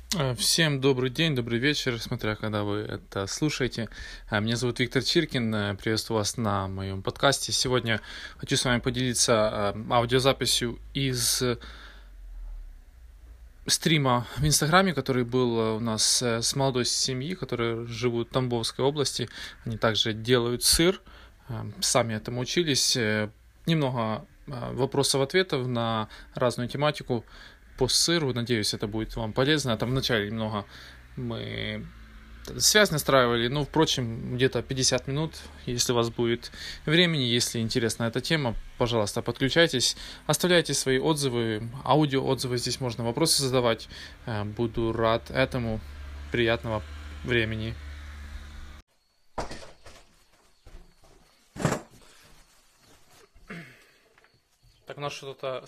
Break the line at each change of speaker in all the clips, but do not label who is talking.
Всем добрый день, добрый вечер, смотря когда вы это слушаете. Меня зовут Виктор Чиркин, приветствую вас на моем подкасте. Сегодня хочу с вами поделиться аудиозаписью из стрима в Инстаграме, который был у нас с молодой семьи, которые живут в Тамбовской области. Они также делают сыр, сами этому учились. Немного вопросов-ответов на разную тематику по сыру. Надеюсь, это будет вам полезно. Там вначале немного мы связь настраивали, ну, впрочем, где-то 50 минут. Если у вас будет времени, если интересна эта тема, пожалуйста, подключайтесь, оставляйте свои отзывы, аудио-отзывы, здесь можно вопросы задавать. Буду рад этому. Приятного времени. Так, у нас что-то...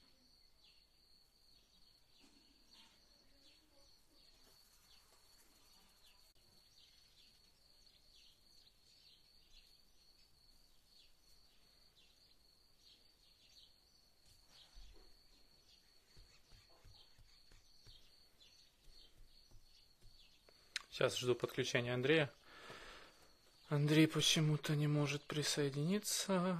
Сейчас жду подключения Андрея. Андрей почему-то не может присоединиться.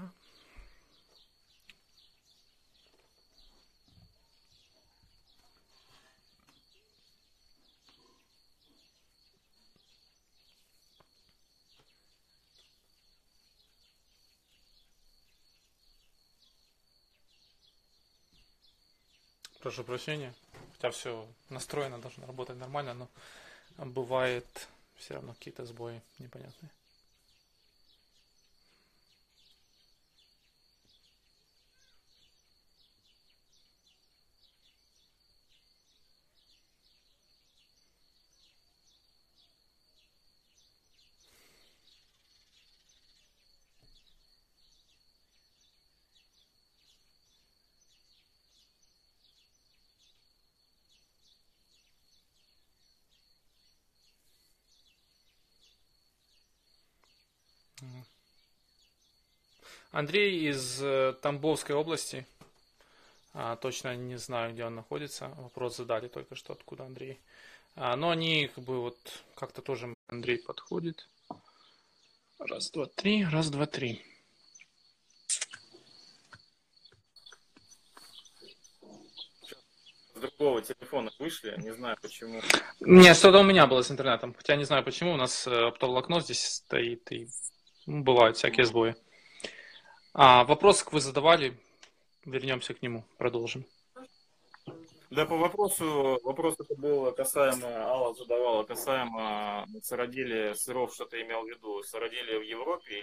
Прошу прощения. Хотя все настроено, должно работать нормально, но бывает все равно какие-то сбои непонятные. Андрей из Тамбовской области. Точно не знаю, где он находится. Вопрос задали только что, откуда Андрей. Но они как бы вот как-то тоже Андрей подходит. Раз, два, три, раз, два, три.
С другого телефона вышли, не знаю почему.
Нет, что-то у меня было с интернетом. Хотя не знаю почему. У нас оптоволокно здесь стоит и бывают всякие сбои. Вопрос вы задавали. Вернемся к нему. Продолжим.
Да, по вопросу, вопрос это был касаемо, Алла задавала, касаемо сыроделия сыров, что ты имел в виду, сыроделия в Европе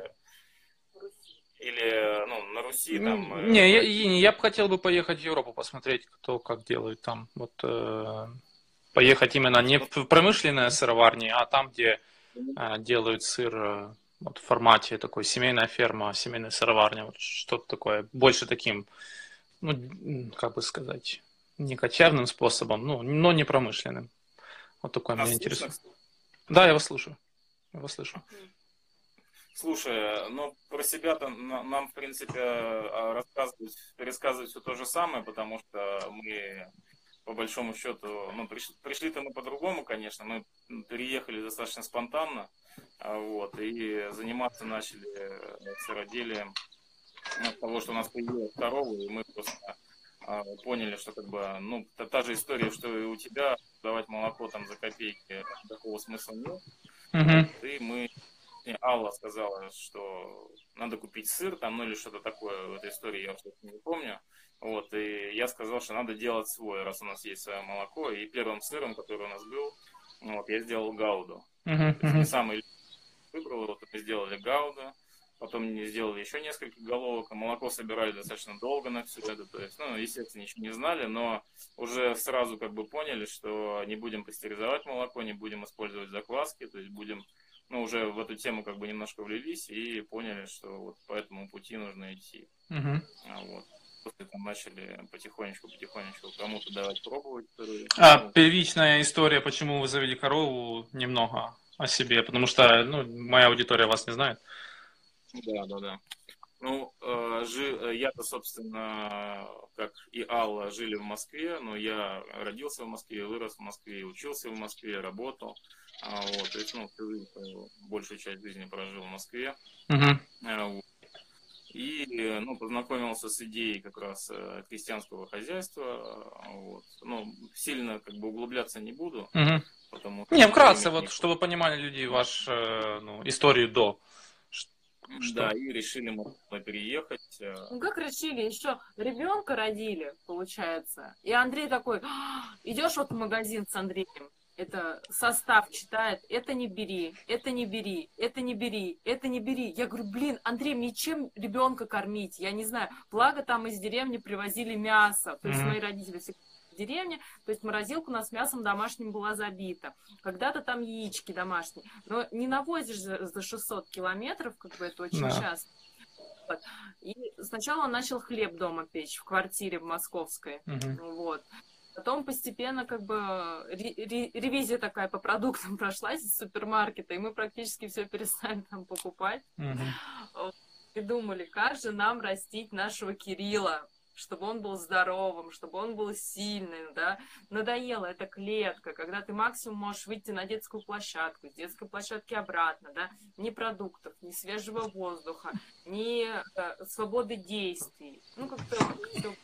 или ну, на Руси, там,
Не,
в
я бы хотел бы поехать в Европу посмотреть, кто как делает там. Вот поехать именно не в промышленные сыроварни, а там, где делают сыр вот в формате такой семейная ферма, семейная сыроварня, вот что-то такое, больше таким, ну, как бы сказать, не кочевным способом, ну, но не промышленным. Вот такое меня
слышно,
интересует.
кстати?
Да, я вас слушаю. Я вас слышу.
Слушай, ну про себя-то нам, в принципе, рассказывать, пересказывать все то же самое, потому что мы по большому счету, ну, пришли-то мы по-другому, конечно, мы переехали достаточно спонтанно, вот, и заниматься начали сыроделием от того, что у нас появилась корова, и мы просто поняли, что как бы, ну, та же история, что и у тебя, давать молоко там за копейки, такого смысла нет,
Угу.
вот, и мы, мне Алла сказала, что надо купить сыр, там, ну, или что-то такое в этой истории, я уже не помню, вот, и я сказал, что надо делать свой, раз у нас есть свое молоко. И первым сыром, который у нас был, вот, я сделал гауду.
Угу.
То есть не
Угу.
самый выбрал, вот мы сделали гауда, потом мне сделали еще несколько головок, а молоко собирали достаточно долго на все это, то есть, ну, естественно, ничего не знали, но уже сразу как бы поняли, что не будем пастеризовать молоко, не будем использовать закваски, то есть будем, ну, уже в эту тему как бы немножко влились и поняли, что вот по этому пути нужно идти.
Угу.
Вот. После там начали потихонечку кому-то давать пробовать. Ну,
Первичная история, почему вы завели корову, немного о себе, потому что, ну, моя аудитория вас не знает.
да, да, да. Ну, я-то, собственно, как и Алла, жили в Москве, но я родился в Москве, вырос в Москве, учился в Москве, работал. Вот, то есть, ну, большую часть жизни прожил в Москве.
Мгм.
Вот. И, ну, познакомился с идеей как раз крестьянского хозяйства. Вот. Ну, сильно как бы углубляться не буду,
Мгм.
потому
Не,
что
вкратце,
времени не
вот,
хватит.
чтобы понимали люди ваш, ну, историю до. Ш-
Да,
Что?
и решили мы переехать.
Ну как решили, еще ребенка родили, получается. И Андрей такой: идешь вот в магазин с Андреем, это состав читает, это не бери, это не бери, это не бери, это не бери. Я говорю: блин, Андрей, мне чем ребенка кормить? Я не знаю. Благо там из деревни привозили мясо. То есть
Мгм.
мои родители всегда в деревне, то есть морозилка у нас мясом домашним была забита. Когда-то там яички домашние. Но не навозишь за 600 километров, как бы это очень
Да.
часто. Вот. И сначала он начал хлеб дома печь в квартире в московской.
Мгм.
Вот. Потом постепенно как бы ревизия такая по продуктам прошлась из супермаркета, и мы практически все перестали там покупать.
Мгм.
И думали, как же нам растить нашего Кирилла, чтобы он был здоровым, чтобы он был сильным, да. Надоела эта клетка, когда ты максимум можешь выйти на детскую площадку, с детской площадки обратно, да. Ни продуктов, ни свежего воздуха, ни свободы действий. Ну, как-то все.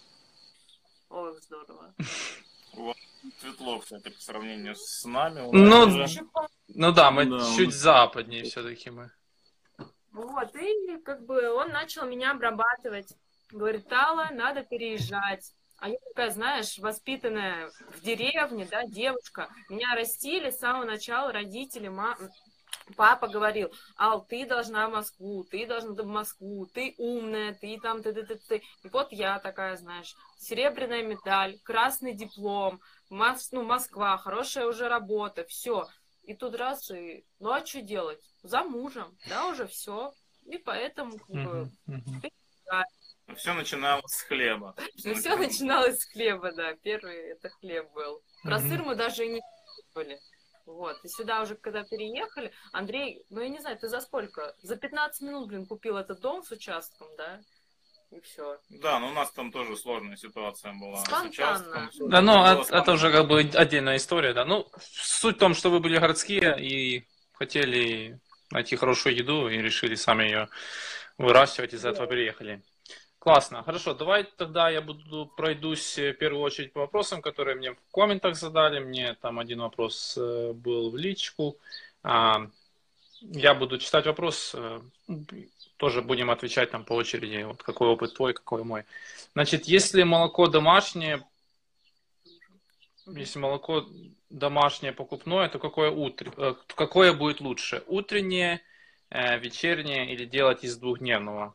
Ой, здорово.
Вот. Светло, кстати, по сравнению с нами. У
Ну,
нас уже...
ну да, мы
Да,
чуть западнее все-таки мы.
Вот, и как бы он начал меня обрабатывать. Говорит: Алла, надо переезжать. А я такая, знаешь, воспитанная в деревне, да, девушка. Меня растили с самого начала родители, папа говорил: Ал, ты должна в Москву, ты должна в Москву, ты умная, ты там, ты. И вот я такая, знаешь, серебряная медаль, красный диплом, Москва, хорошая уже работа, все. И тут раз, и, ну а что делать? За мужем, да, уже все. И поэтому, как бы,
Мгм. Мгм.
Все начиналось с хлеба.
ну, все начиналось с хлеба, да. Первый это хлеб был. Про
Мгм.
сыр мы даже и не были. Вот. И сюда уже, когда переехали, Андрей, ну я не знаю, ты за сколько? За 15 минут, блин, купил этот дом с участком, да? И все.
Да, но у нас там тоже сложная ситуация была с
Спонтанно.
участком. Всё
Да, ну,
было
это уже как бы отдельная история, да. Ну, суть в том, что вы были городские и хотели найти хорошую еду и решили сами ее выращивать, из-за этого переехали. Классно, хорошо, давай тогда я пройдусь в первую очередь по вопросам, которые мне в комментах задали. Мне там один вопрос был в личку. Я буду читать вопрос, тоже будем отвечать там по очереди. Вот какой опыт твой, какой мой. Значит, если молоко домашнее покупное, то какое будет лучше? Утреннее, вечернее или делать из двухдневного?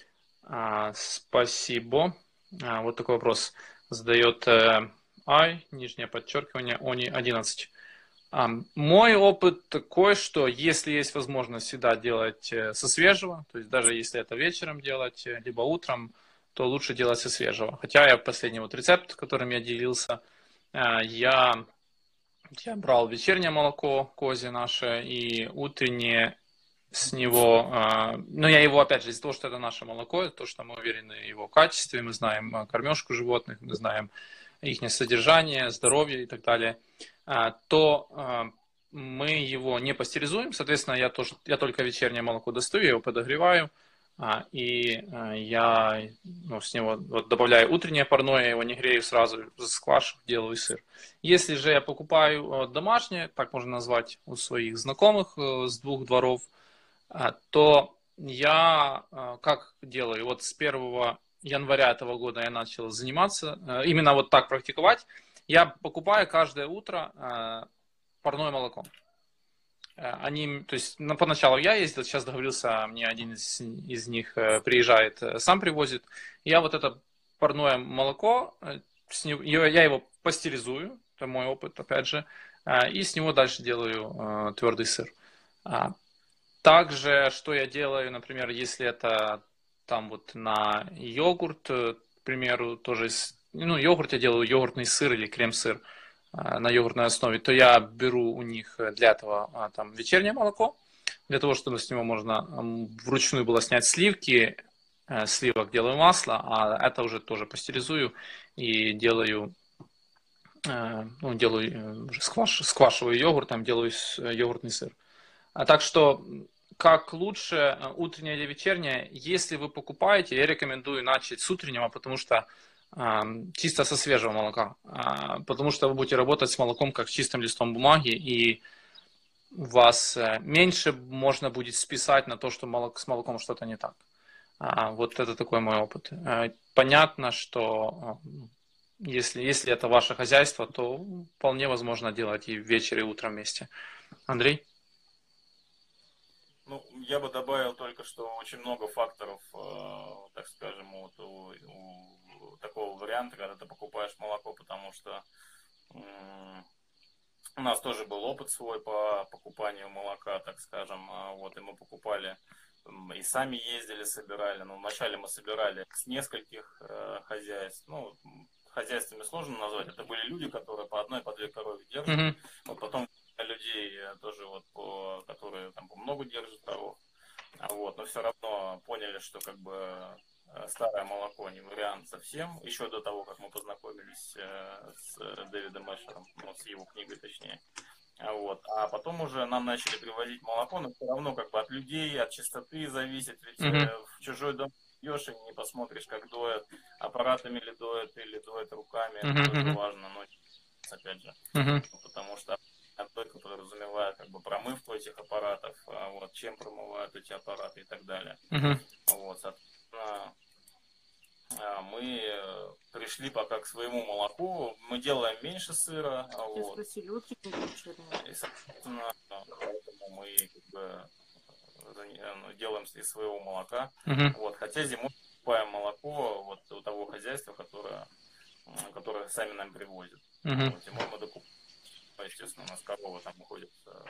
Спасибо. Вот такой вопрос задает нижнее подчеркивание, они 11. Мой опыт такой, что если есть возможность всегда делать со свежего, то есть даже если это вечером делать, либо утром, то лучше делать со свежего. Хотя я последний вот рецепт, которым я делился, я брал вечернее молоко козье наше и утреннее с него, но я его, опять же, из-за того, что это наше молоко, то, что мы уверены в его качестве, мы знаем кормежку животных, мы знаем их содержание, здоровье и так далее, то мы его не пастеризуем, соответственно, я только вечернее молоко достаю, я его подогреваю, и я с него вот, добавляю утреннее парное, я его не грею сразу, сквашу, делаю сыр. Если же я покупаю домашнее, так можно назвать у своих знакомых с двух дворов, то я как делаю? Вот с 1 января этого года я начал заниматься, именно вот так практиковать. Я покупаю каждое утро парное молоко. То есть, поначалу я ездил, сейчас договорился, мне один из них приезжает, сам привозит. Я вот это парное молоко, я его пастеризую, это мой опыт, опять же, и с него дальше делаю твердый сыр. Также, что я делаю, например, если это там вот на йогурт, к примеру, тоже, йогурт я делаю йогуртный сыр или крем-сыр на йогуртной основе, то я беру у них для этого там вечернее молоко, для того, чтобы с него можно вручную было снять сливки, сливок делаю масло, а это уже тоже пастеризую и делаю, уже сквашиваю йогурт, там делаю йогуртный сыр. А так что, как лучше, утреннее или вечернее? Если вы покупаете, я рекомендую начать с утреннего, потому что чисто со свежего молока, потому что вы будете работать с молоком как с чистым листом бумаги, и у вас меньше можно будет списать на то, что с молоком что-то не так. Вот это такой мой опыт. Понятно, что если это ваше хозяйство, то вполне возможно делать и вечер, и утром вместе. Андрей?
Ну, я бы добавил только, что очень много факторов, так скажем, вот у такого варианта, когда ты покупаешь молоко, потому что у нас тоже был опыт свой по покупанию молока, так скажем, вот, и мы покупали, и сами ездили, собирали, но вначале мы собирали с нескольких хозяйств, ну, хозяйствами сложно назвать, это были люди, которые по одной, по две коровы держат, вот потом людей тоже вот которые там по много держат коров, вот, но все равно поняли, что как бы старое молоко не вариант совсем, еще до того, как мы познакомились с Дэвидом Эшером, ну, с его книгой точнее, вот, а потом уже нам начали привозить молоко, но все равно как бы от людей, от чистоты зависит, ведь в чужой дом идешь и не посмотришь, как доят, аппаратами ли доят или доят руками, это тоже важно, но опять же, потому что дойка подразумевает как бы промывку этих аппаратов, вот, чем промывают эти аппараты и так далее. Вот, соответственно, мы пришли пока к своему молоку, мы делаем меньше сыра, вот, и, соответственно, поэтому мы как бы делаем из своего молока, вот, хотя зимой покупаем молоко вот у того хозяйства, которое сами нам привозят. Вот, зимой мы докупаем. Естественно, у нас корова там уходит,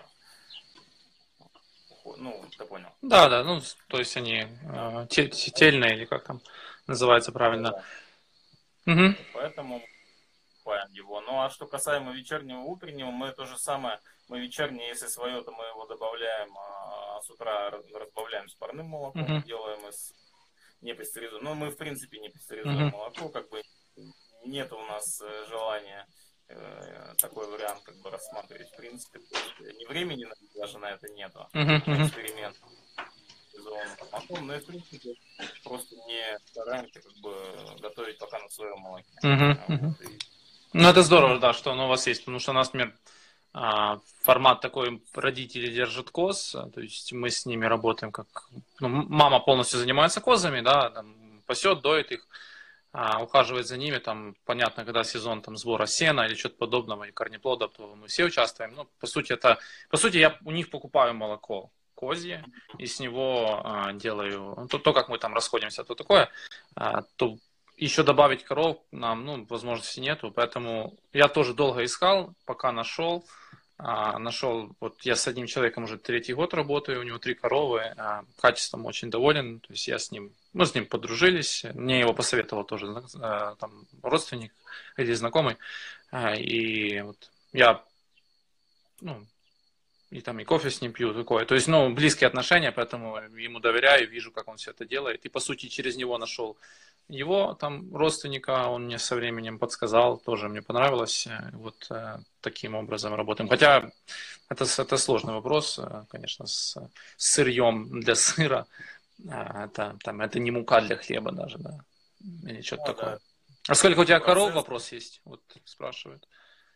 ну, ты понял.
Да, ну, то есть они тельные, или как там называется правильно.
Да. Поэтому мы покупаем его. Ну, а что касаемо вечернего, утреннего, мы то же самое, мы вечернее, если свое, то мы его добавляем, а с утра разбавляем с парным молоком, делаем не пастеризуем. Но мы, в принципе, не пастеризуем молоко, как бы нет у нас желания такой вариант как бы рассматривать, в принципе, ни времени даже на это нету, эксперимент, но и в принципе просто не стараемся как бы готовить пока на своем молоке.
Ну это здорово, да, что оно у вас есть, потому что у нас, например, формат такой, родители держат коз, то есть мы с ними работаем как, ну, мама полностью занимается козами, да, там, пасет, доит их, ухаживает за ними, там, понятно, когда сезон там сбора сена или что-то подобного, и корнеплодов, то мы все участвуем. Ну, по сути, я у них покупаю молоко козье, и с него делаю, то, как мы там расходимся, то такое, то еще добавить коров нам, ну, возможности нету, поэтому я тоже долго искал, пока нашел, вот я с одним человеком уже 3-й год работаю, у него 3 коровы, качеством очень доволен, то есть мы с ним подружились, мне его посоветовал тоже там родственник или знакомый, и вот я, ну, и там и кофе с ним пью, такое, то есть, ну, близкие отношения, поэтому ему доверяю, вижу, как он все это делает, и по сути через него нашел его там родственника, он мне со временем подсказал, тоже мне понравилось, вот таким образом работаем. Хотя это сложный вопрос, конечно, с сырьем для сыра, это не мука для хлеба даже, да, или что-то такое. Да. А сколько у тебя коров, вопрос есть, вот спрашивают.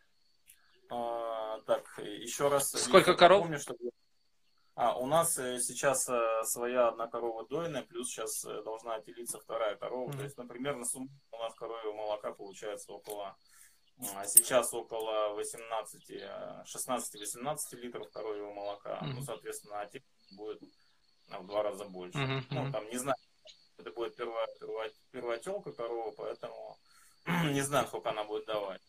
Так, еще раз.
Сколько коров?
Помню, что... у нас сейчас своя одна корова дойная, плюс сейчас должна отелиться вторая корова. То есть, например, на сумму у нас коровьего молока получается сейчас около 16-18 литров коровьего молока. Ну, соответственно, отелиться будет в 2 раза больше. Ну, там, не знаю, это будет первая телка корова, поэтому не знаю, сколько она будет давать.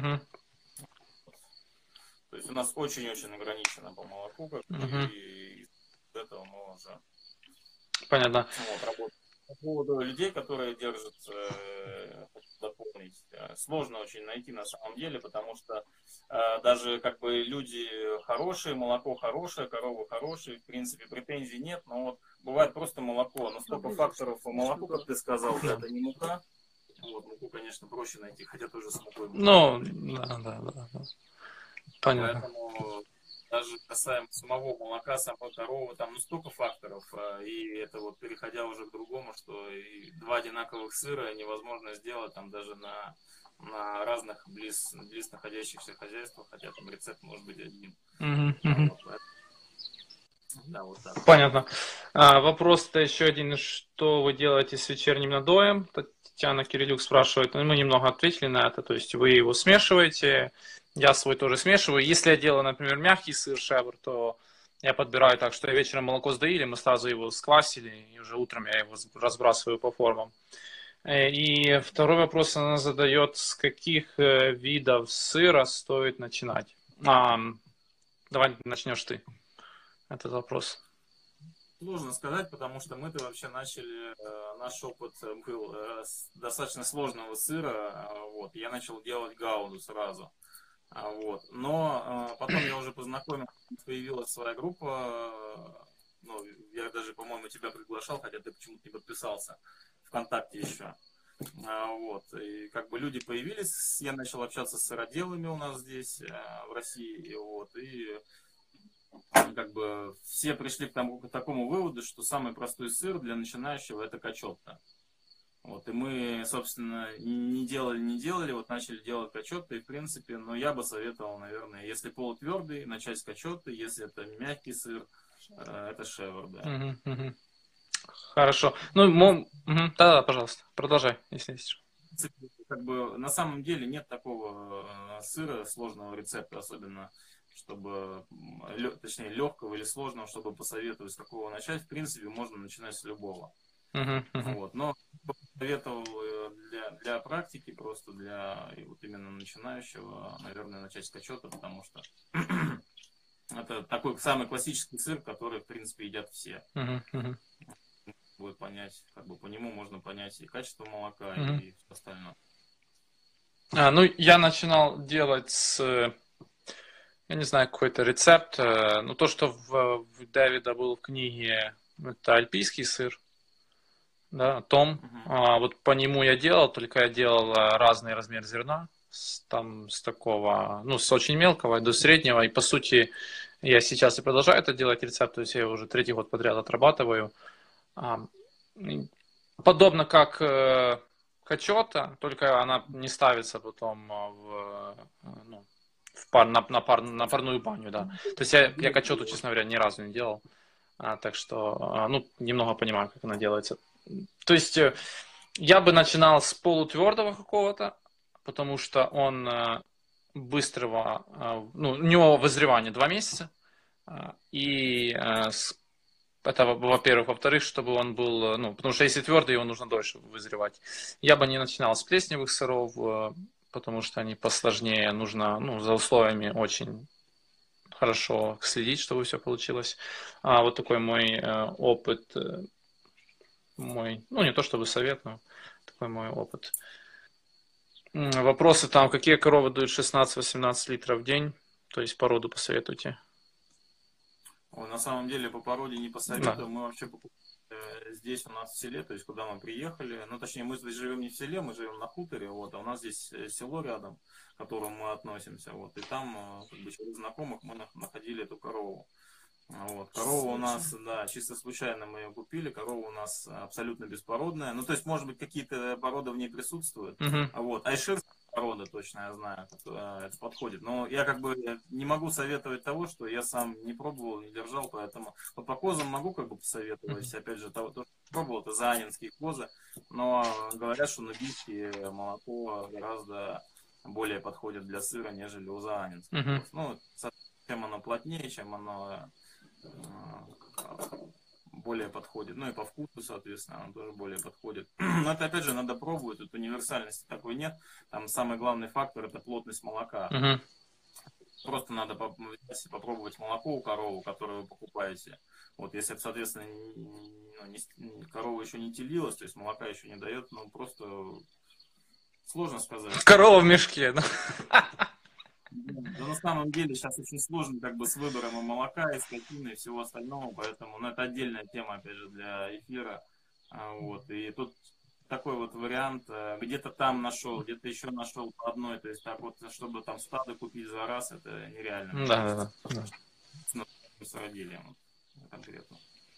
То есть у нас очень-очень ограничено по молоку, и из этого мы уже...
Понятно.
Вот, работаем. По поводу людей, которые держат, дополнить, сложно очень найти на самом деле, потому что даже как бы люди хорошие, молоко хорошее, коровы хорошие, в принципе претензий нет, но вот бывает просто молоко, но столько факторов по молоку, как ты сказал, да, это не мука. Вот, муку, конечно, проще найти, хотя тоже с мукой мука.
Ну, да. Понятно.
Поэтому даже касаемо самого молока, самой коровы, там ну столько факторов, и это вот переходя уже к другому, что и два одинаковых сыра невозможно сделать там даже на разных близ находящихся хозяйствах, хотя там рецепт может быть один. Вот, да, вот так.
Понятно. Вопрос-то еще один. Что вы делаете с вечерним надоем? Татьяна Кирилюк спрашивает. Мы немного ответили на это. То есть вы его смешиваете. Я свой тоже смешиваю. Если я делаю, например, мягкий сыр шевр, то я подбираю так, что я вечером молоко сдоили, мы сразу его сквасили, и уже утром я его разбрасываю по формам. И второй вопрос она задает, с каких видов сыра стоит начинать? Давай начнешь ты этот вопрос.
Сложно сказать, потому что мы-то вообще начали, наш опыт был с достаточно сложного сыра, вот, я начал делать гауду сразу, вот, но потом я уже познакомился, появилась своя группа, ну, я даже, по-моему, тебя приглашал, хотя ты почему-то не подписался, ВКонтакте еще, вот, и как бы люди появились, я начал общаться с сыроделами у нас здесь, в России, вот, и как бы все пришли к такому выводу, что самый простой сыр для начинающего это качотта. Вот, и мы, собственно, не делали, вот начали делать качотты, и в принципе, но я бы советовал, наверное, если полутвердый, начать с качотты, если это мягкий сыр, это шевр, да.
Хорошо. Ну, да, пожалуйста, продолжай, если есть.
Как бы на самом деле нет такого сыра, сложного рецепта, особенно чтобы, точнее, легкого или сложного, чтобы посоветовать, с какого начать. В принципе, можно начинать с любого. Вот. Но посоветовал для практики, просто для вот именно начинающего, наверное, начать с качота, потому что это такой самый классический сыр, который, в принципе, едят все. Будет понять, как бы по нему можно понять и качество молока, и все остальное.
Ну, я начинал делать с... Я не знаю, какой-то рецепт. Ну, то, что в Дэвида был в книге, это альпийский сыр. Да, Том. Вот по нему я делал, только я делал разный размер зерна. Там с такого, ну, с очень мелкого до среднего. И, по сути, я сейчас и продолжаю это делать рецепт. То есть я уже 3-й год подряд отрабатываю. Подобно как качота, только она не ставится потом на парную баню, да. То есть я качоту, честно говоря, ни разу не делал. Так что, ну, немного понимаю, как она делается. То есть я бы начинал с полутвердого какого-то, потому что он быстрого, ну, у него вызревание 2 месяца. И это, во-первых. Во-вторых, чтобы он был, ну, потому что если твердый, его нужно дольше вызревать. Я бы не начинал с плесневых сыров, потому что они посложнее, нужно, ну, за условиями очень хорошо следить, чтобы все получилось. Вот такой мой опыт, ну, не то чтобы совет, но такой мой опыт. Вопросы там, какие коровы дают 16-18 литров в день, то есть породу посоветуйте.
На самом деле по породе не посоветую, да. Мы вообще здесь у нас в селе, то есть куда мы приехали, ну точнее мы здесь живем не в селе, мы живем на хуторе, вот, а у нас здесь село рядом, к которому мы относимся, вот, и там как бы через знакомых мы находили эту корову. Вот. Корова у нас, да, чисто случайно мы ее купили, корова у нас абсолютно беспородная, ну то есть может быть какие-то породы в ней присутствуют, вот, айширская порода точно я знаю, это подходит, но я как бы не могу советовать того, что я сам не пробовал, не держал, поэтому по козам могу как бы посоветовать, опять же, то, что пробовал, это заанинские козы, но говорят, что нубийские молоко гораздо более подходит для сыра, нежели у заанинских коз. Ну, чем оно плотнее, чем оно более подходит. Ну и по вкусу, соответственно, оно тоже более подходит. Но это, опять же, надо пробовать. Тут универсальности такой нет. Там самый главный фактор — это плотность молока. Просто надо попробовать молоко у коровы, которую вы покупаете. Вот если, соответственно, корова еще не телилась, то есть молока еще не дает, ну просто сложно сказать.
Корова в мешке, да?
Да, на самом деле сейчас очень сложно как бы с выбором и молока, и скотины, и всего остального, поэтому, ну, это отдельная тема, опять же, для эфира. Вот, и тут такой вот вариант, где-то там нашел, где-то еще нашел по одной, то есть так вот, чтобы там стадо купить за раз, это нереально, мне
Да.
кажется, с родилием конкретно.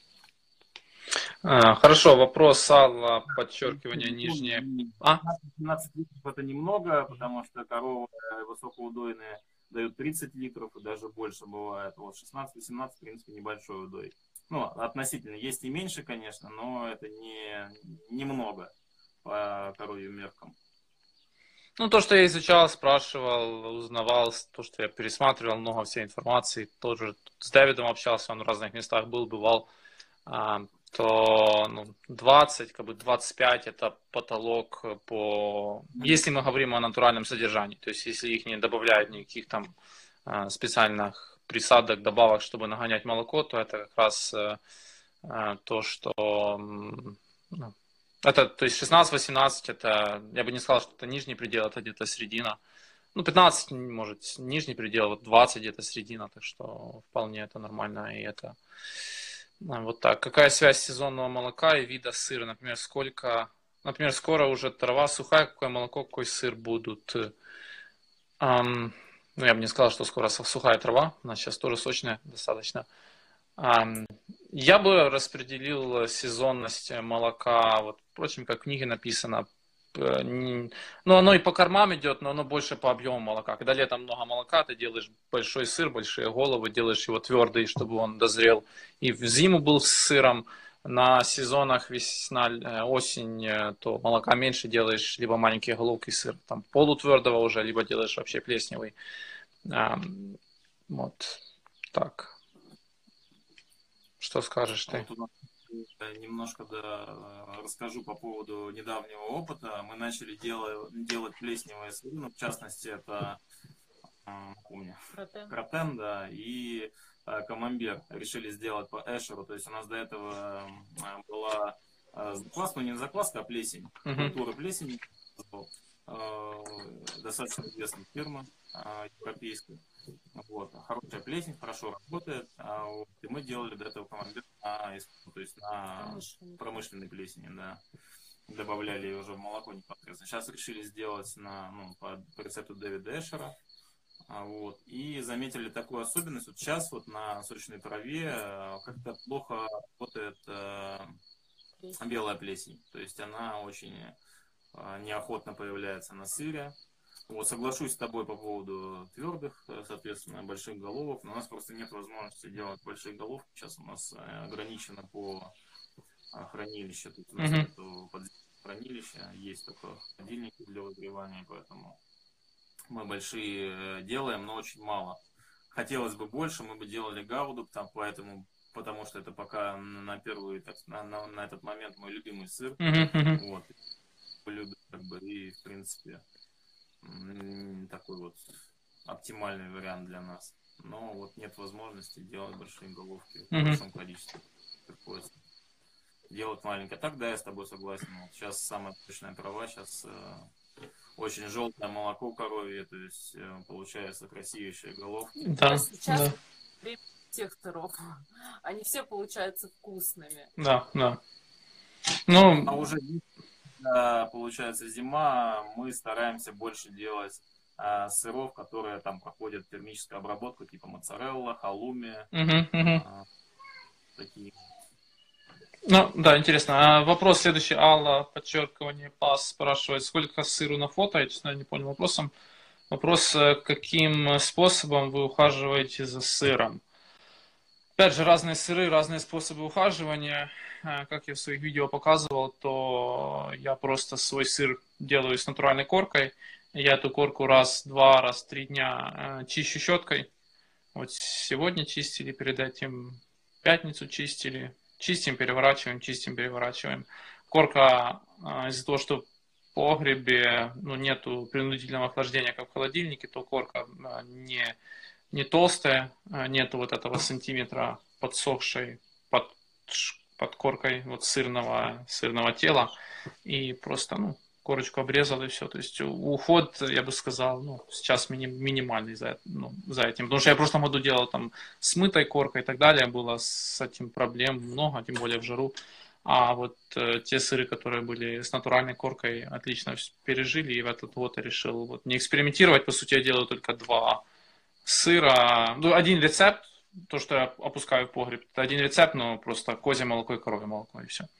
Хорошо, вопрос Алла, подчеркивание нижнее.
17 литров это немного, потому что коровы высокоудойные дают 30 литров и даже больше бывает. Вот 16-18, в принципе, небольшой удой. Ну, относительно. Есть и меньше, конечно, но это немного по коровьим меркам.
Ну, то, что я изучал, спрашивал, узнавал, то, что я пересматривал, много всей информации, тоже с Дэвидом общался, он в разных местах был, бывал, то 20, как бы 25 это потолок если мы говорим о натуральном содержании, то есть если их не добавляют никаких там специальных присадок, добавок, чтобы нагонять молоко, то это как раз то, что... Это, то есть 16-18, это, я бы не сказал, что это нижний предел, это где-то середина. 15, может, нижний предел, вот 20 где-то середина, так что вполне это нормально, и это вот так. Какая связь сезонного молока и вида сыра? Например, скоро уже трава сухая, какое молоко, какой сыр будут? Я бы не сказал, что скоро сухая трава, она сейчас тоже сочная достаточно. Я бы распределил сезонность молока, вот, впрочем, как в книге написано, оно и по кормам идет, но оно больше по объему молока. Когда летом много молока, ты делаешь большой сыр, большие головы, делаешь его твердый, чтобы он дозрел. И в зиму был с сыром, на сезонах весна, осень, то молока меньше делаешь, либо маленькие головки сыр, там полутвердого уже, либо делаешь вообще плесневый. Вот так. Что скажешь ты?
Вот немножко расскажу по поводу недавнего опыта. Мы начали делать плесневые сыры, в частности, это Кротен, да, и Камамбер. Решили сделать по Эшеру. То есть у нас до этого была закваска, не закваска, а плесень. Культура плесени. Достаточно известная фирма европейская. Вот. Хорошая плесень, хорошо работает. И мы делали до этого Камамбер то есть на промышленной плесени, да. Добавляли ее уже в молоко непосредственно. Сейчас решили сделать по рецепту Дэвида Эшера. Вот. И заметили такую особенность. Вот сейчас вот на сочной траве как-то плохо работает белая плесень. То есть она очень неохотно появляется на сыре. Вот, соглашусь с тобой по поводу твердых, соответственно, больших головок, но у нас просто нет возможности делать большие головки. Сейчас у нас ограничено по хранилищу. Тут у нас нету хранилища, есть только холодильники для выгревания, поэтому мы большие делаем, но очень мало. Хотелось бы больше, мы бы делали гауду, потому что это пока на этот момент мой любимый сыр. Вот. Любят, и в принципе такой вот оптимальный вариант для нас. Но вот нет возможности делать большие головки в большом количестве. Приходится делать маленькие. Так, да, я с тобой согласен. Вот сейчас самая точная трава, сейчас очень желтое молоко коровье, то есть получается красивейшие головки.
Да,
сейчас время всех сыров. Они все получаются вкусными.
Да.
А уже получается зима, мы стараемся больше делать сыров, которые там проходят термическую обработку, типа моцарелла, халуми, такие.
Да, интересно. Вопрос следующий. Алла, подчеркивание, пас, спрашивает, сколько сыру на фото? Я, честно, не понял вопросом. Вопрос, каким способом вы ухаживаете за сыром? Опять же, разные сыры, разные способы ухаживания. Как я в своих видео показывал, то я просто свой сыр делаю с натуральной коркой. Я эту корку раз-два, раз-3 дня чищу щеткой. Вот сегодня чистили, перед этим в пятницу чистили. Чистим, переворачиваем. Корка из-за того, что в погребе нету принудительного охлаждения, как в холодильнике, то корка не толстая, нету вот этого сантиметра подсохшей под коркой вот сырного тела. И просто, корочку обрезал и все. То есть уход, я бы сказал, ну, сейчас минимальный за этим. Потому что я в прошлом году делал там с мытой коркой и так далее, было с этим проблем много, тем более в жару. А вот те сыры, которые были с натуральной коркой, отлично пережили, и в этот год я решил вот не экспериментировать. По сути, я делаю только 2 сыра. Ну, один рецепт, то, что я опускаю в погреб, это один рецепт, но просто козье молоко и коровье молоко, и все.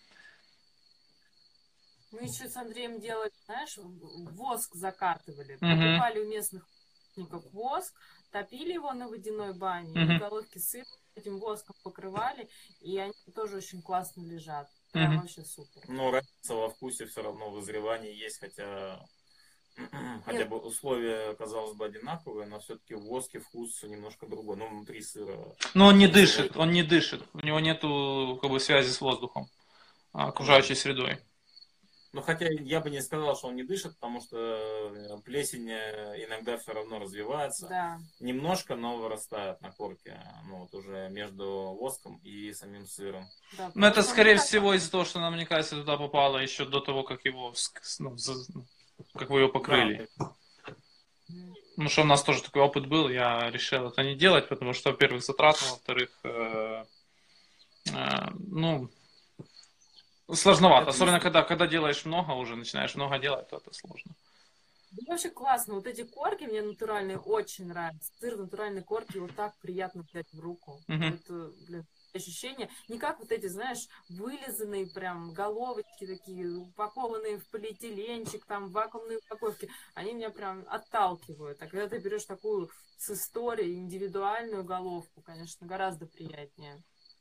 Мы еще с Андреем делали, знаешь, воск закатывали.
Мгм.
Покупали у местных художников воск, топили его на водяной бане,
Мгм.
и головки сыра этим воском покрывали, и они тоже очень классно лежат. Прям
Мгм.
вообще супер.
Но разница во вкусе все равно, в вызревании есть, хотя
Нет,
бы условия, казалось бы, одинаковые, но все-таки в воске вкус немножко другой. Но внутри сыра
Но он не
сырой,
дышит, он не дышит. У него нету как бы связи с воздухом, окружающей средой.
ну, хотя я бы не сказал, что он не дышит, потому что плесень иногда все равно развивается.
да.
Немножко, но вырастает на корке. Ну, вот уже между воском и самим сыром.
Да,
Но это,
поэтому
скорее
мне так-
всего, из-за того, что она, мне кажется, туда попала еще до того, как его, как вы ее покрыли.
Мгм.
Ну, что у нас тоже такой опыт был, я решил это не делать, потому что, во-первых, затратно, во-вторых, ну, сложновато.
Это
Особенно,
действительно.
когда делаешь много, уже начинаешь много делать, то это сложно.
Да, вообще классно. Вот эти корки мне натуральные очень нравятся. Сыр натуральной корки, вот так приятно взять в руку.
Мгм.
Это, блин, ощущение. Не как вот эти, знаешь, вылизанные прям головочки такие, упакованные в полиэтиленчик, там, в вакуумной упаковке. Они меня прям отталкивают. А когда ты берешь такую с историей, индивидуальную головку, конечно, гораздо приятнее.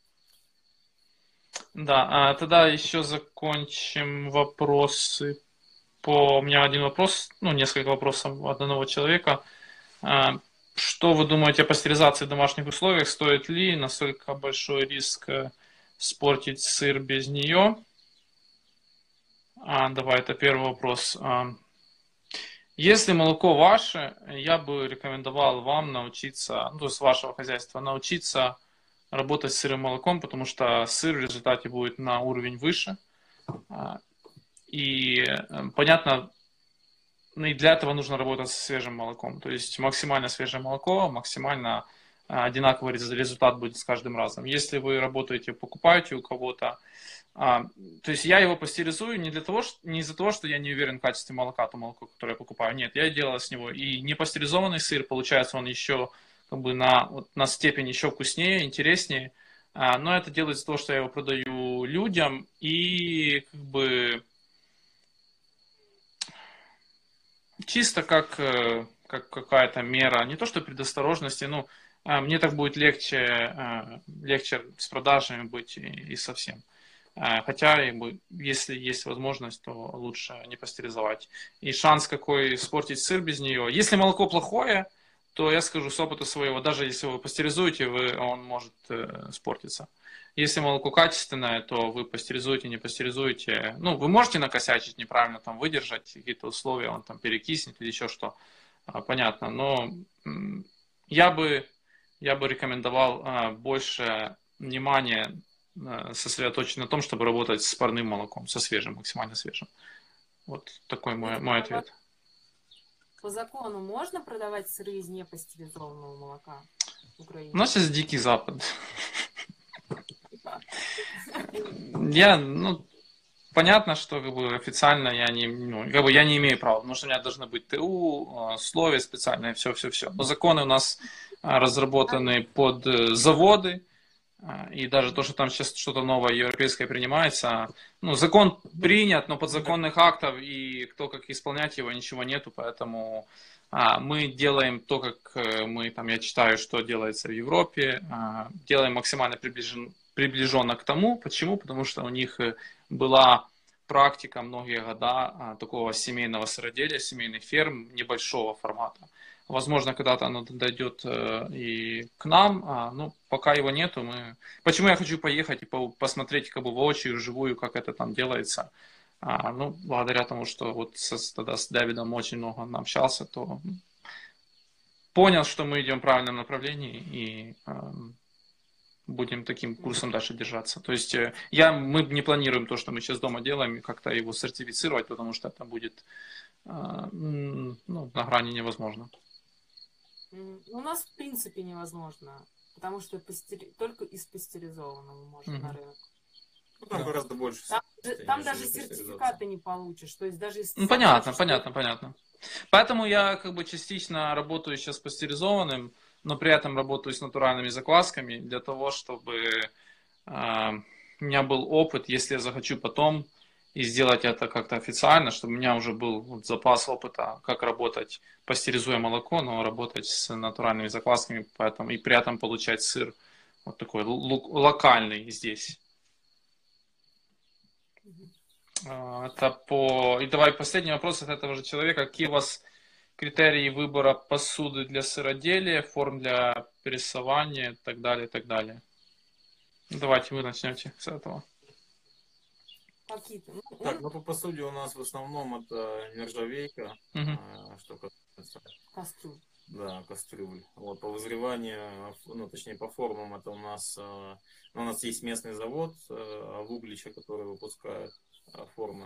Да, тогда еще закончим вопросы. У меня один вопрос, ну, несколько вопросов от одного человека. Что вы думаете о пастеризации в домашних условиях? Стоит ли? Насколько большой риск испортить сыр без нее? Давай, это первый вопрос. Если молоко ваше, я бы рекомендовал вам научиться, ну, то есть вашего хозяйства, научиться работать с сырым молоком, потому что сыр в результате будет на уровень выше. И понятно, ну и для этого нужно работать со свежим молоком. То есть максимально свежее молоко, максимально одинаковый результат будет с каждым разом. Если вы работаете, покупаете у кого-то, то есть я его пастеризую не из-за того, что я не уверен в качестве молока, то молоко, которое я покупаю. Нет, я делаю с него и непастеризованный сыр, получается он еще как бы на степень еще вкуснее, интереснее. Но это делается из-за того, что я его продаю людям и как бы чисто как какая-то мера, не то что предосторожности, ну, мне так будет легче с продажами быть и совсем. Хотя, если есть возможность, то лучше не пастеризовать. И шанс какой испортить сыр без нее. Если молоко плохое, то я скажу с опыта своего, даже если вы пастеризуете, он может испортиться. Если молоко качественное, то вы пастеризуете, не пастеризуете. Ну, вы можете накосячить, неправильно там выдержать какие-то условия, он там перекиснет или еще что. Понятно. Но я бы рекомендовал больше внимания сосредоточить на том, чтобы работать с парным молоком, со свежим, максимально свежим. Вот такой мой ответ.
По закону можно продавать сыры из непастеризованного молока в Украине?
У нас сейчас Дикий Запад. Понятно, что как бы официально я не имею права, потому что у меня должны быть ТУ, условия специальные, все. Но законы у нас разработаны под заводы, и даже то, что там сейчас что-то новое европейское принимается, ну, закон принят, но подзаконных актов, и кто как исполнять его, ничего нету, поэтому мы делаем то, как я читаю, что делается в Европе, делаем максимально приближенно к тому. Почему? Потому что у них была практика многие года такого семейного сыроделия, семейных ферм небольшого формата. Возможно, когда-то оно дойдет и к нам, но пока его нету. Почему я хочу поехать и посмотреть как бы воочию, вживую, как это там делается. Благодаря тому, что вот тогда с Давидом очень много общался, то понял, что мы идем в правильном направлении, и будем таким курсом дальше держаться. То есть мы не планируем то, что мы сейчас дома делаем, как-то его сертифицировать, потому что это будет на грани невозможно.
У нас в принципе невозможно, потому что только из пастеризованного можно на рынок.
Ну, там гораздо больше.
Там даже сертификаты не получишь. То есть даже если
понятно. Поэтому я как бы частично работаю сейчас пастеризованным, но при этом работаю с натуральными заквасками для того, чтобы у меня был опыт, если я захочу потом и сделать это как-то официально, чтобы у меня уже был запас опыта, как работать, пастеризуя молоко, но работать с натуральными заквасками, поэтому и при этом получать сыр вот такой локальный здесь. И давай последний вопрос от этого же человека. Какие у вас критерии выбора посуды для сыроделия, форм для прессования и так далее, и так далее? Давайте вы начнете с этого.
Так, по посуде у нас в основном это нержавейка, что касается
кастрюль.
Да, кастрюль. Вот, по вызреванию, точнее по формам, это у нас есть местный завод в Угличе, который выпускает формы.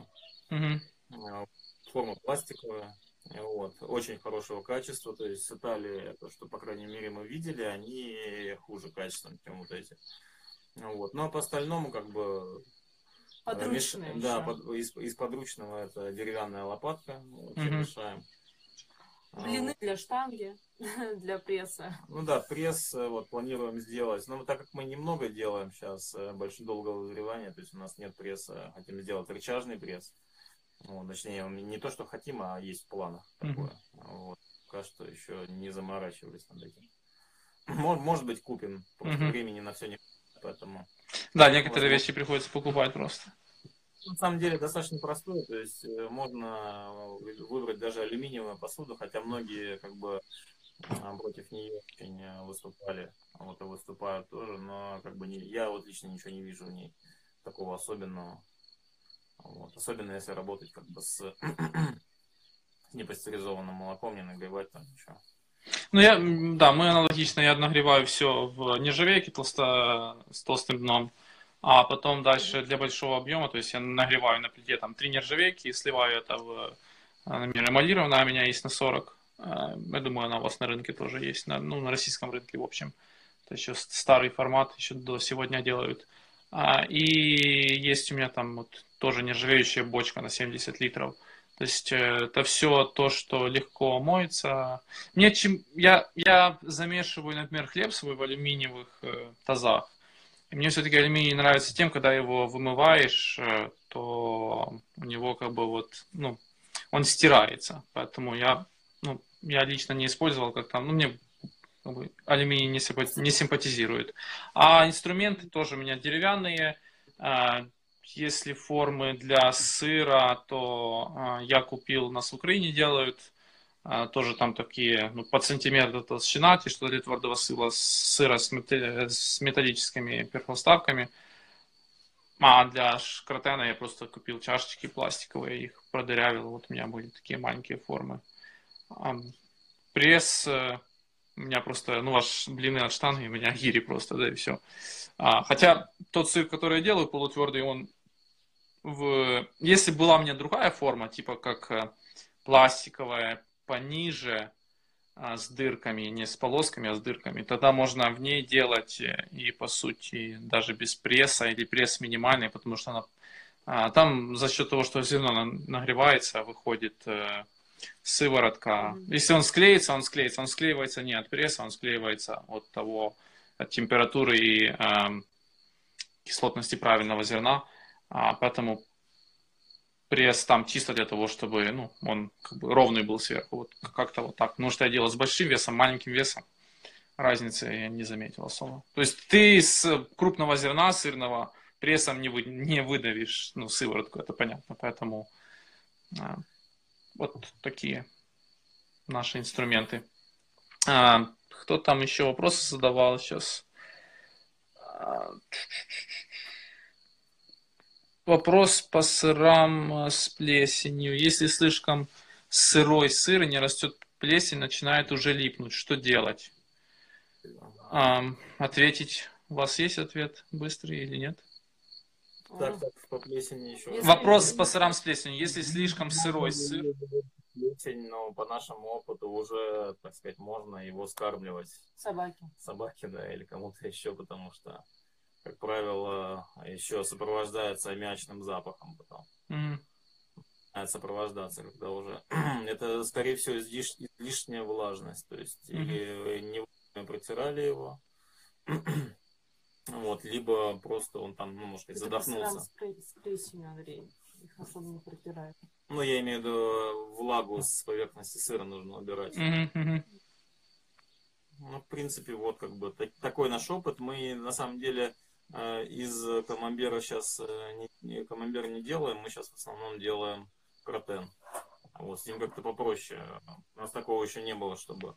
Форма пластиковая. Вот, очень хорошего качества. То есть с Италии, то, что, по крайней мере, мы видели, они хуже качеством, чем вот эти. Вот. Ну, а по остальному, как бы...
Подручные
из подручного это деревянная лопатка. Вот, решаем.
Блины для штанги, для пресса.
Ну да, пресс вот планируем сделать. Но так как мы немного делаем сейчас, долгого вызревания, то есть у нас нет пресса, хотим сделать рычажный пресс. Вот, точнее, не то, что хотим, а есть в планах такое. Вот, пока что еще не заморачивались над этим. Может быть, купим. Просто времени на все не хватит, поэтому...
Да, некоторые вещи приходится покупать просто.
На самом деле достаточно простое, то есть можно выбрать даже алюминиевую посуду, хотя многие как бы против нее очень выступали, вот и выступают тоже, но как бы я вот лично ничего не вижу в ней такого особенного. Вот. Особенно если работать как бы с непастеризованным молоком, не нагревать там ничего.
Мы аналогично, я нагреваю все в нержавейке с толстым дном, а потом дальше для большого объема, то есть я нагреваю на плите там 3 нержавейки и сливаю это в, например, эмалированная у меня есть на 40. Я думаю, она у вас на рынке тоже есть, на российском рынке, в общем. Это еще старый формат, еще до сегодня делают. И есть у меня там вот тоже нержавеющая бочка на 70 литров. То есть это все то, что легко моется. Я замешиваю, например, хлеб свой в алюминиевых тазах. И мне все-таки алюминий нравится тем, когда его вымываешь, то у него как бы он стирается. Поэтому я лично не использовал как-то, мне как бы алюминий не симпатизирует. А инструменты тоже у меня деревянные. Если формы для сыра, то я купил, нас в Украине делают, тоже там такие, по сантиметру толщина, что для твердого сыра с металлическими перфоставками. А для шкратена я просто купил чашечки пластиковые, их продырявил, вот у меня были такие маленькие формы. Пресс, у меня просто, ваш блины от штанги, у меня гири просто, да, и все. Хотя тот сыр, который я делаю, полутвердый, он если была у меня другая форма, типа как пластиковая, пониже, с дырками, не с полосками, а с дырками, тогда можно в ней делать и, по сути, даже без пресса или пресс минимальный, потому что там за счет того, что все равно нагревается, выходит сыворотка. Если он склеится, он склеится. Он склеивается не от пресса, он склеивается от температуры и кислотности правильного зерна. Поэтому пресс там чисто для того, чтобы он как бы ровный был сверху. Вот как-то вот так. Потому что я делал с большим весом, маленьким весом. Разницы я не заметил особо. То есть ты с крупного зерна сырного прессом не выдавишь сыворотку, это понятно. Поэтому вот такие наши инструменты. Кто там еще вопросы задавал сейчас? Вопрос по сырам с плесенью. Если слишком сырой сыр и не растет плесень, начинает уже липнуть. Что делать? Ответить У вас есть ответ быстрый или нет?
Так, по плесени еще.
Если-
Вопрос по сырам с плесенью. Если слишком сырой сыр,
Плесень, но по нашему опыту уже, так сказать, можно его скармливать
Собаки.
собаке, да, или кому-то еще, потому что, как правило, еще сопровождается аммиачным запахом потом.
мгм,
Сопровождаться, когда уже это, скорее всего, излишняя влажность, то есть или не вовремя протирали его, вот, либо просто он там, ну, может быть,
Это по сырам
задохнулся.
с плесенью, Андрей. Их особо не протирают.
Ну, я имею в виду влагу с поверхности сыра нужно убирать.
мгм, мгм.
Ну, в принципе, вот как бы такой наш опыт. Мы на самом деле из камамбера сейчас камамбер не делаем, мы сейчас в основном делаем гратен. Вот, с ним как-то попроще. У нас такого еще не было, чтобы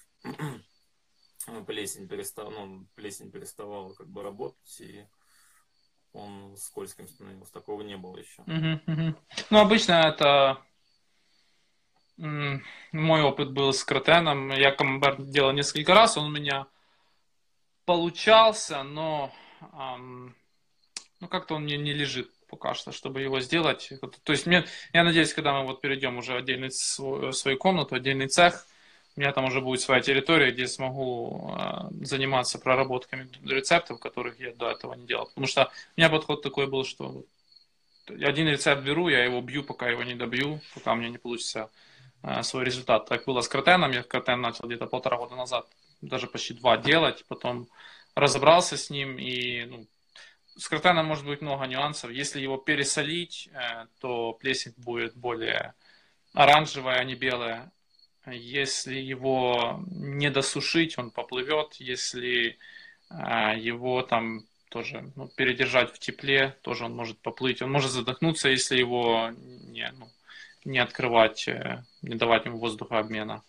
плесень переставала как бы работать, и он скользким становился. Такого не было еще.
Мгм, мгм. Ну, обычно это мой опыт был с кротеном. Я камамбер делал несколько раз, он у меня получался, но ну, как-то он мне не лежит пока что, чтобы его сделать. То есть я надеюсь, когда мы вот перейдем уже отдельно в свою комнату, отдельный цех, у меня там уже будет своя территория, где я смогу заниматься проработками рецептов, которых я до этого не делал. Потому что у меня подход такой был, что один рецепт беру, я его бью, пока его не добью, пока у меня не получится свой результат. Так было с кротеном. Я кротен начал где-то 1,5 года назад, даже почти 2 делать. Потом разобрался с ним. И ну, с кротеном может быть много нюансов. Если его пересолить, то плесень будет более оранжевая, а не белая. Если его не досушить, он поплывет. Если его там тоже передержать в тепле, тоже он может поплыть. Он может задохнуться, если его не открывать, не давать ему воздухообмена.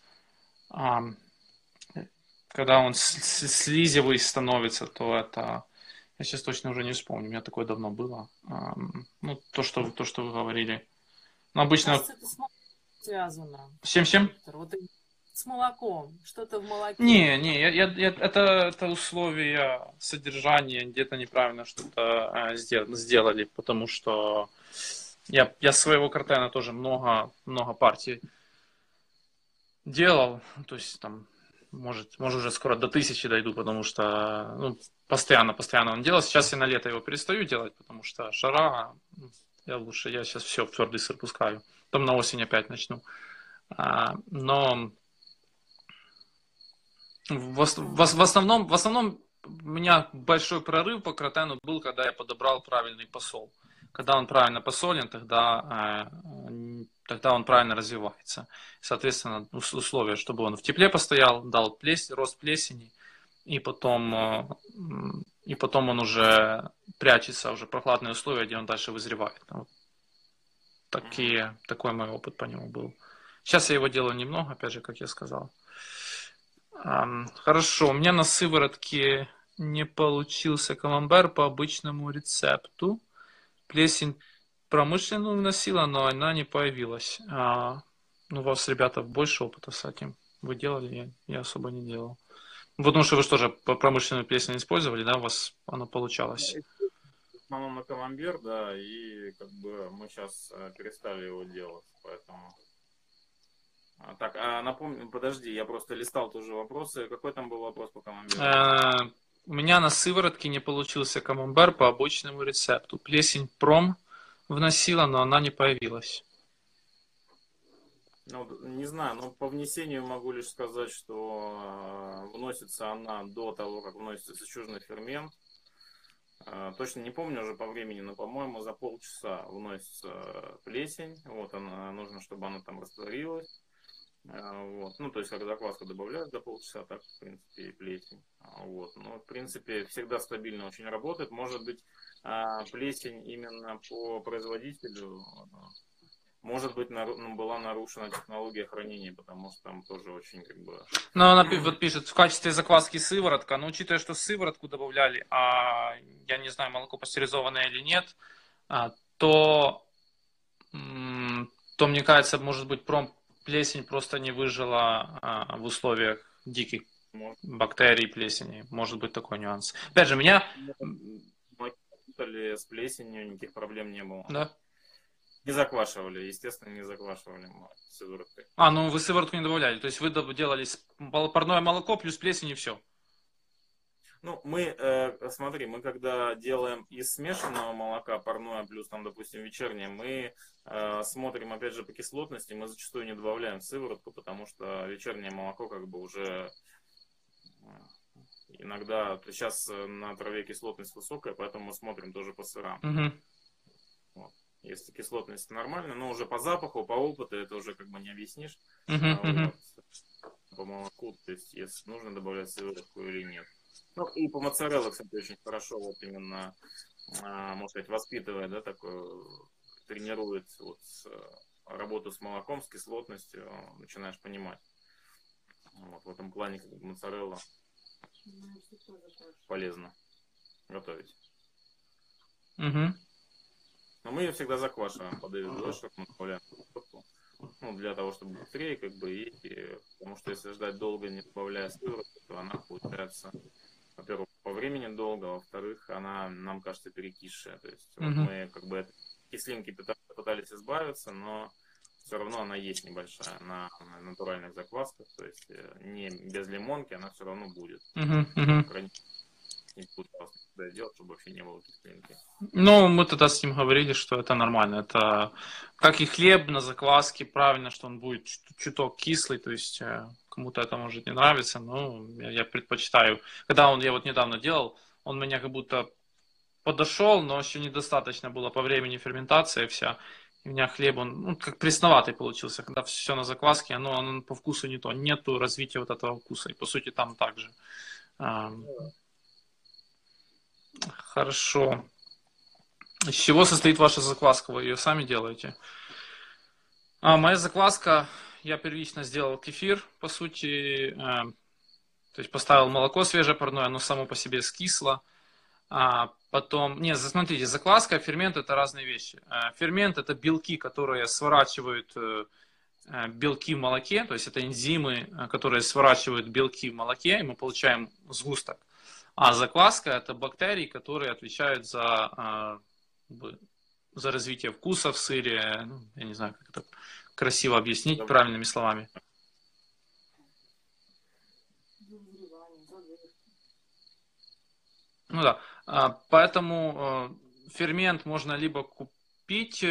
Когда он слизевый становится, то это... Я сейчас точно уже не вспомню, у меня такое давно было. Ну, то, что вы говорили. Но обычно...
Кажется, это с молоком связано.
С чем?
Виктор, вот с молоком. Что-то в молоке.
Не, это условия содержания, где-то неправильно что-то сделали, потому что я своего кротена тоже много партий делал, то есть там, может уже скоро до 1000 дойду, потому что постоянно он делал. Сейчас я на лето его перестаю делать, потому что жара, я сейчас все в твердый сыр пускаю, потом на осень опять начну. Но в основном у меня большой прорыв по кротену был, когда я подобрал правильный посол. Когда он правильно посолен, тогда он правильно развивается. Соответственно, условия, чтобы он в тепле постоял, дал рост плесени, и потом он уже прячется, уже прохладные условия, где он дальше вызревает. Вот такой мой опыт по нему был. Сейчас я его делаю немного, опять же, как я сказал. Хорошо, у меня на сыворотке не получился камамбер по обычному рецепту. Плесень промышленную вносила, но она не появилась. У вас, ребята, больше опыта с этим. Вы делали? Я особо не делал. Потому что вы же тоже промышленную плесень использовали, да? У вас оно получалось.
В основном на камамбер, да, и как бы мы сейчас перестали его делать, поэтому... Так, напомню, подожди, я просто листал тоже вопросы. Какой там был вопрос по камамберу?
У меня на сыворотке не получился камамбер по обычному рецепту. Плесень пром вносила, но она не появилась.
Ну, не знаю, но по внесению могу лишь сказать, что вносится она до того, как вносится сычужный фермент. Точно не помню уже по времени, но, по-моему, за полчаса вносится плесень. Вот она, нужно, чтобы она там растворилась. Вот. Ну, то есть, как закваску добавляют за полчаса, так, в принципе, и плесень. Вот. Но, в принципе, всегда стабильно очень работает. Может быть, плесень именно по производителю, может быть, была нарушена технология хранения, потому что там тоже очень, как бы...
Ну, она вот пишет, в качестве закваски сыворотка, но учитывая, что сыворотку добавляли, я не знаю, молоко пастеризованное или нет, то мне кажется, может быть, плесень просто не выжила в условиях диких бактерий, плесени. Может быть такой нюанс. Опять же, меня...
С плесенью никаких проблем не было.
Да.
Не заквашивали, естественно, не заквашивали сывороткой.
Ну вы сыворотку не добавляли, то есть вы делали парное молоко плюс плесень и все.
Ну, смотри, мы когда делаем из смешанного молока парное плюс, там, допустим, вечернее, мы смотрим, опять же, по кислотности, мы зачастую не добавляем сыворотку, потому что вечернее молоко как бы уже иногда, сейчас на траве кислотность высокая, поэтому мы смотрим тоже по сырам. Вот. Если кислотность нормальная, но уже по запаху, по опыту это уже как бы не объяснишь. Вот. По молоку, то есть если нужно добавлять сыворотку или нет. Ну и по моцарелле, кстати, очень хорошо вот именно, можно сказать, воспитывает, да, такую, тренирует вот работу с молоком, с кислотностью, начинаешь понимать. Вот, в этом плане как бы моцарелла полезно готовить. Но мы ее всегда заквашиваем под чтобы мы добавляем сыворотку. Ну, для того, чтобы быстрее, как бы, потому что если ждать долго, не добавляя сыворотку, то она получается, во-первых, по времени долго, во-вторых, она нам кажется перекисшая. То есть вот мы как бы от кислинки пытались избавиться, но все равно она есть небольшая на натуральных заквасках, то есть не без лимонки, она все равно будет. Не буду делать, чтобы вообще не было кислинки.
Ну, мы тогда с ним говорили, что это нормально. Это как и хлеб на закваске, правильно, что он будет чуток кислый, то есть кому-то это может не нравиться, но я предпочитаю. Когда я вот недавно делал, он меня как будто подошел, но еще недостаточно было по времени ферментация вся. И у меня хлеб, он как пресноватый получился, когда все на закваске, оно по вкусу не то, нету развития вот этого вкуса. И по сути там также. Хорошо. Из чего состоит ваша закваска? Вы ее сами делаете? Моя закваска, я первично сделал кефир, по сути. То есть поставил молоко свежее парное, оно само по себе скисло. Потом, смотрите, закваска и фермент это разные вещи. Фермент это белки, которые сворачивают белки в молоке, то есть это энзимы, которые сворачивают белки в молоке, и мы получаем сгусток. А закваска это бактерии, которые отвечают за развитие вкуса в сыре. Я не знаю, как это красиво объяснить правильными словами. Ну да. Поэтому фермент можно либо купить,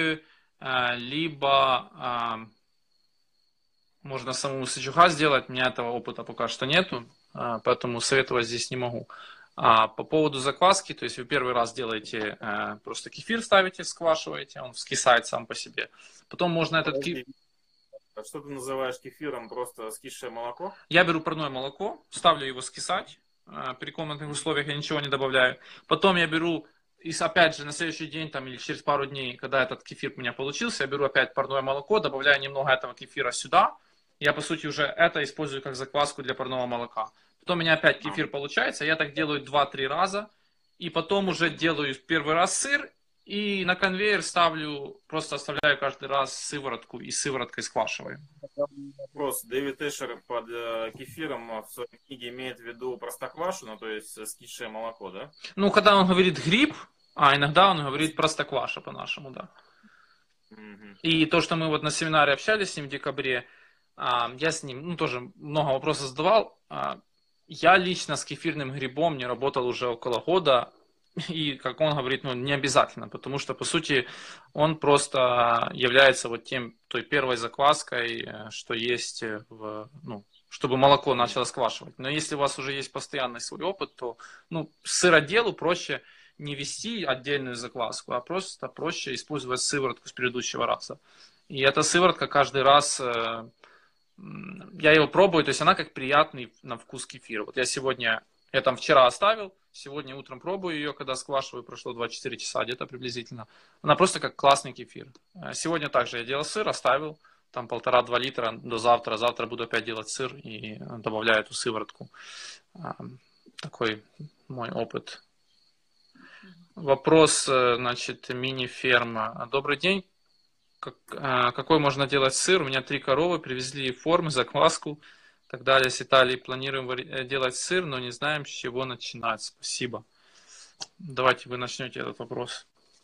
либо можно самому сычуха сделать. У меня этого опыта пока что нету, поэтому советовать здесь не могу. А по поводу закваски, то есть вы первый раз делаете, просто кефир ставите, сквашиваете, он вскисает сам по себе. Потом можно этот кефир...
А что ты называешь кефиром? Просто скисшее молоко?
Я беру парное молоко, ставлю его скисать. При комнатных условиях я ничего не добавляю. Потом я беру, и опять же на следующий день там, или через пару дней, когда этот кефир у меня получился, я беру опять парное молоко, добавляю немного этого кефира сюда. Я по сути уже это использую как закваску для парного молока. Потом у меня опять кефир получается, я так делаю 2-3 раза. И потом уже делаю первый раз сыр. И на конвейер ставлю, просто оставляю каждый раз сыворотку и сывороткой сквашиваю.
Вопрос. Дэвид Эшер под кефиром в своей книге имеет в виду простоквашу, то есть скисшее молоко, да?
Ну, когда он говорит гриб, иногда он говорит простокваша по-нашему, да. И то, что мы вот на семинаре общались с ним в декабре, я с ним тоже много вопросов задавал. Я лично с кефирным грибом не работал уже около года. И, как он говорит, не обязательно, потому что, по сути, он просто является вот той первой закваской, что есть, чтобы молоко начало сквашивать. Но если у вас уже есть постоянный свой опыт, то сыроделу проще не вести отдельную закваску, а просто проще использовать сыворотку с предыдущего раза. И эта сыворотка каждый раз, я его пробую, то есть она как приятный на вкус кефир. Вот я там вчера оставил, сегодня утром пробую ее, когда сквашиваю, прошло 24 часа где-то приблизительно. Она просто как классный кефир. Сегодня также я делал сыр, оставил, там 1,5-2 литра до завтра. Завтра буду опять делать сыр и добавляю эту сыворотку. Такой мой опыт. Вопрос, мини-ферма. Добрый день. Какой можно делать сыр? У меня 3 коровы, привезли формы, закваску. Так далее. С Италии планируем делать сыр, но не знаем, с чего начинать. Спасибо. Давайте вы начнете этот вопрос.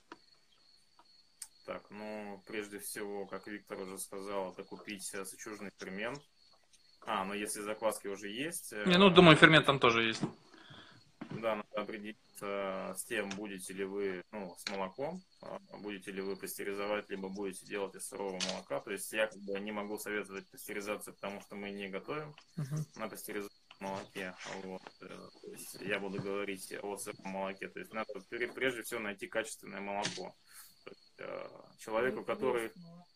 Так, ну, прежде всего, как Виктор уже сказал, это купить сычужный фермент. Ну если закваски уже есть.
Не, ну, думаю, фермент там тоже есть.
Да, надо определиться с тем, будете ли вы, с молоком, будете ли вы пастеризовать, либо будете делать из сырого молока. То есть я как бы не могу советовать пастеризацию, потому что мы не готовим на пастеризацию молоке. Вот. То есть я буду говорить о сыром молоке. То есть надо прежде всего найти качественное молоко. То есть, человеку, который...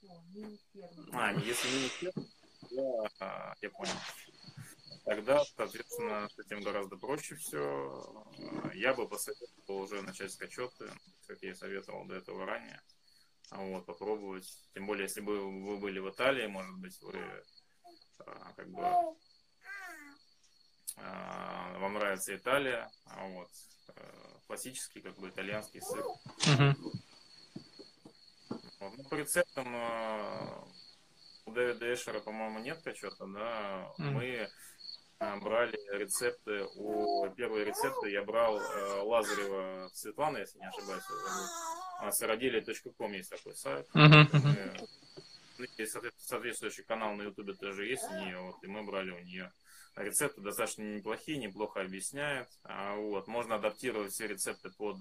Если не фермер, я понял. Тогда, соответственно, с этим гораздо проще все. Я бы посоветовал уже начать с качеты, как я и советовал до этого ранее. Вот, попробовать. Тем более, если бы вы были в Италии, может быть, вы как бы вам нравится Италия, вот, классический, как бы, итальянский сыр. Вот. Ну, по рецептам у Дэвида Эшера, по-моему, нет качета, да. Мы брали рецепты, первые рецепты я брал Лазарева Светлана, если не ошибаюсь, сыроделие.ком есть такой сайт. Есть соответствующий канал на Ютубе тоже есть у нее, вот, и мы брали у нее рецепты достаточно неплохие, неплохо объясняет. Вот, можно адаптировать все рецепты под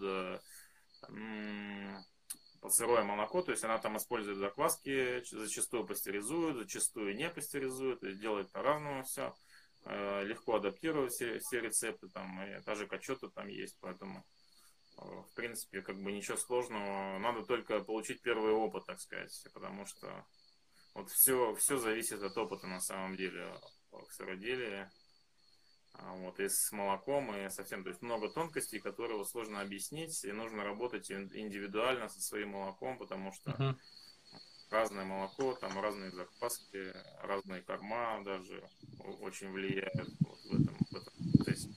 сырое молоко, то есть она там использует закваски, зачастую пастеризует, зачастую не пастеризует, то есть делает по-разному все. Легко адаптировать все рецепты, там, и даже качеты там есть, поэтому, в принципе, как бы ничего сложного, надо только получить первый опыт, так сказать, потому что вот все зависит от опыта на самом деле в сыроделии, вот, и с молоком, и совсем, то есть много тонкостей, которые сложно объяснить, и нужно работать индивидуально со своим молоком, потому что разное молоко, там разные закваски, разные корма даже очень влияют вот в этом процессе.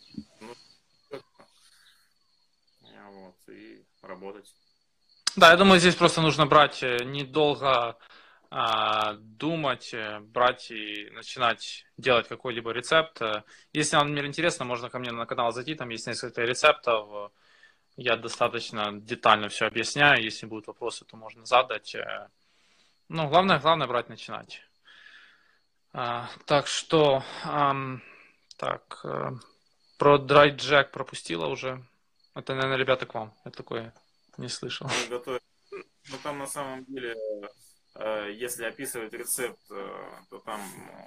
Вот, и работать.
Да, я думаю, здесь просто нужно брать недолго думать, брать и начинать делать какой-либо рецепт. Если вам, например, интересно, можно ко мне на канал зайти, там есть несколько рецептов. Я достаточно детально все объясняю. Если будут вопросы, то можно задать. Ну, главное брать, начинать. Так что, про Dry Jack пропустила уже. Это, наверное, ребята к вам. Я такое не слышал.
Ну, там на самом деле, если описывать рецепт, то там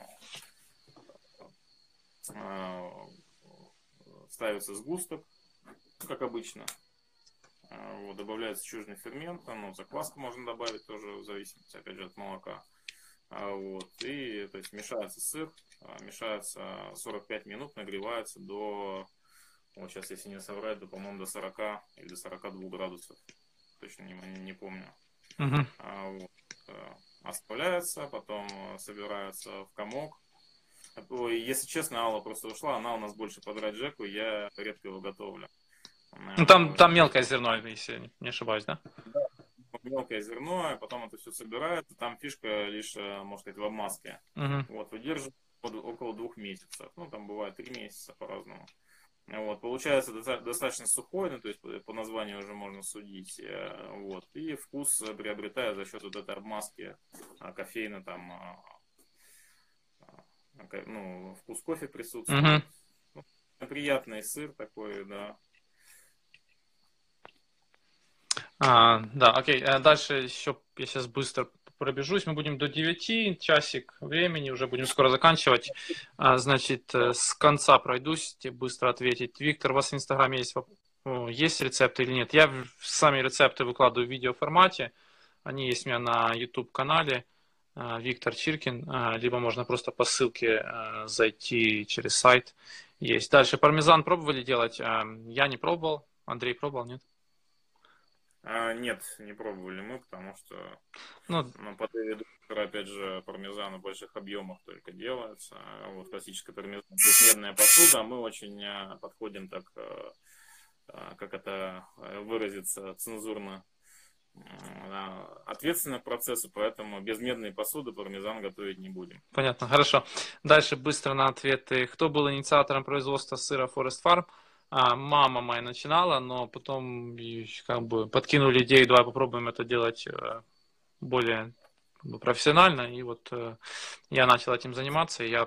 ставится сгусток, как обычно. Вот, добавляется сычужный фермент, закваску можно добавить тоже в зависимости, опять же, от молока. Вот, и, то есть, мешается сыр, мешается 45 минут, нагревается до, вот сейчас, если не соврать, по-моему, до 40 или до 42 градусов. Точно не помню. Вот, оставляется, потом собирается в комок. Если честно, Алла просто ушла, она у нас больше по драй-джеку, я редко его готовлю.
Ну, там мелкое зерно, если не ошибаюсь, да?
Да, мелкое зерно, потом это все собирается. Там фишка лишь, можно сказать, в обмазке. Вот, выдерживает около 2 месяцев. Ну, там бывает 3 месяца по-разному. Вот, получается достаточно сухой, ну, то есть по названию уже можно судить. Вот, и вкус приобретает за счет вот этой обмазки кофеина, там, ну, вкус кофе присутствует. Ну, приятный сыр такой, да.
Да, окей. Дальше еще я сейчас быстро пробежусь. Мы будем до 9, часик времени, уже будем скоро заканчивать. Значит, с конца пройдусь, тебе быстро ответить. Виктор, у вас в Инстаграме есть рецепты или нет? Я сами рецепты выкладываю в видеоформате. Они есть у меня на YouTube-канале Виктор Чиркин, либо можно просто по ссылке зайти через сайт. Есть. Дальше, пармезан пробовали делать? Я не пробовал. Андрей пробовал, нет?
Нет, не пробовали мы, потому что по Дэвиду, опять же, пармезан в больших объемах только делается. Вот классическая пармезан, двухмерная посуда. Мы очень подходим так, как это выразиться цензурно, ответственно к процессу, поэтому без медной посуды пармезан готовить не будем.
Понятно, хорошо. Дальше быстро на ответы. Кто был инициатором производства сыра Forest Farm? Мама моя начинала, но потом как бы подкинули идею, давай попробуем это делать более профессионально. И вот я начал этим заниматься, и я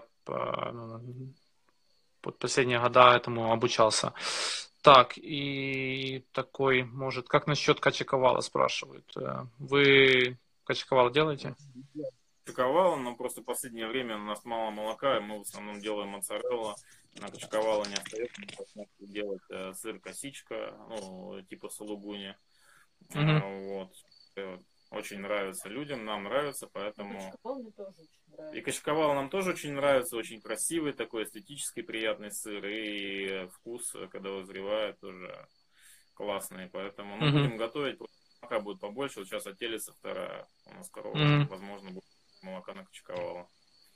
под последние года этому обучался. Так, и такой, может, как насчет качековала, спрашивают. Вы качековал делаете?
Качековала, но просто в последнее время у нас мало молока, и мы в основном делаем моцарелла. На качековала не остается, мы делать сыр косичка, ну, типа сулугуни. Вот. Очень нравится людям, нам нравится, поэтому... И качековал нам тоже очень нравится, очень красивый, такой эстетический, приятный сыр, и вкус, когда вызревает, тоже классный, поэтому мы будем готовить, молока будет побольше, вот сейчас от телеса вторая у нас корова, возможно, будет молока на качековала.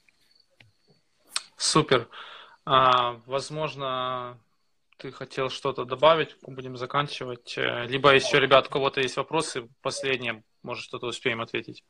Супер. Возможно, ты хотел что-то добавить, будем заканчивать, либо еще, ребят, у кого-то есть вопросы, последние, может, что-то успеем ответить.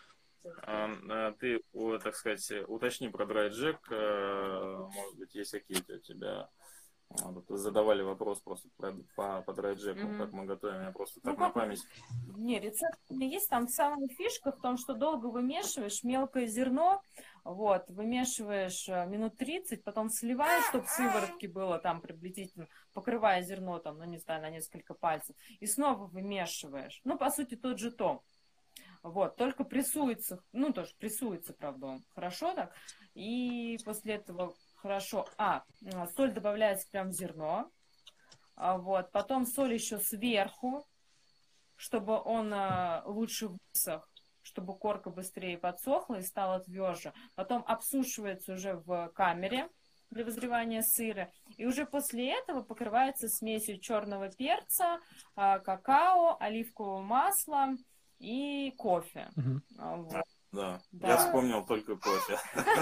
Ты, так сказать, уточни про Dry Jack, может быть, есть какие-то у тебя... Задавали вопрос просто по Dry Jack, как мы готовим, я просто так на память.
Не, рецепт у меня есть, там самая фишка в том, что долго вымешиваешь мелкое зерно, вот, вымешиваешь минут 30, потом сливаешь, чтобы сыворотки было там приблизительно, покрывая зерно там, ну не знаю, на несколько пальцев, и снова вымешиваешь. Ну, по сути, тот же том. Вот, только прессуется, ну, тоже прессуется, правда, он хорошо так, и после этого хорошо, соль добавляется прям в зерно, вот, потом соль еще сверху, чтобы он лучше высох, чтобы корка быстрее подсохла и стала тверже, потом обсушивается уже в камере для вызревания сыра, и уже после этого покрывается смесью черного перца, какао, оливкового масла и кофе. Вот.
Да, я вспомнил только кофе.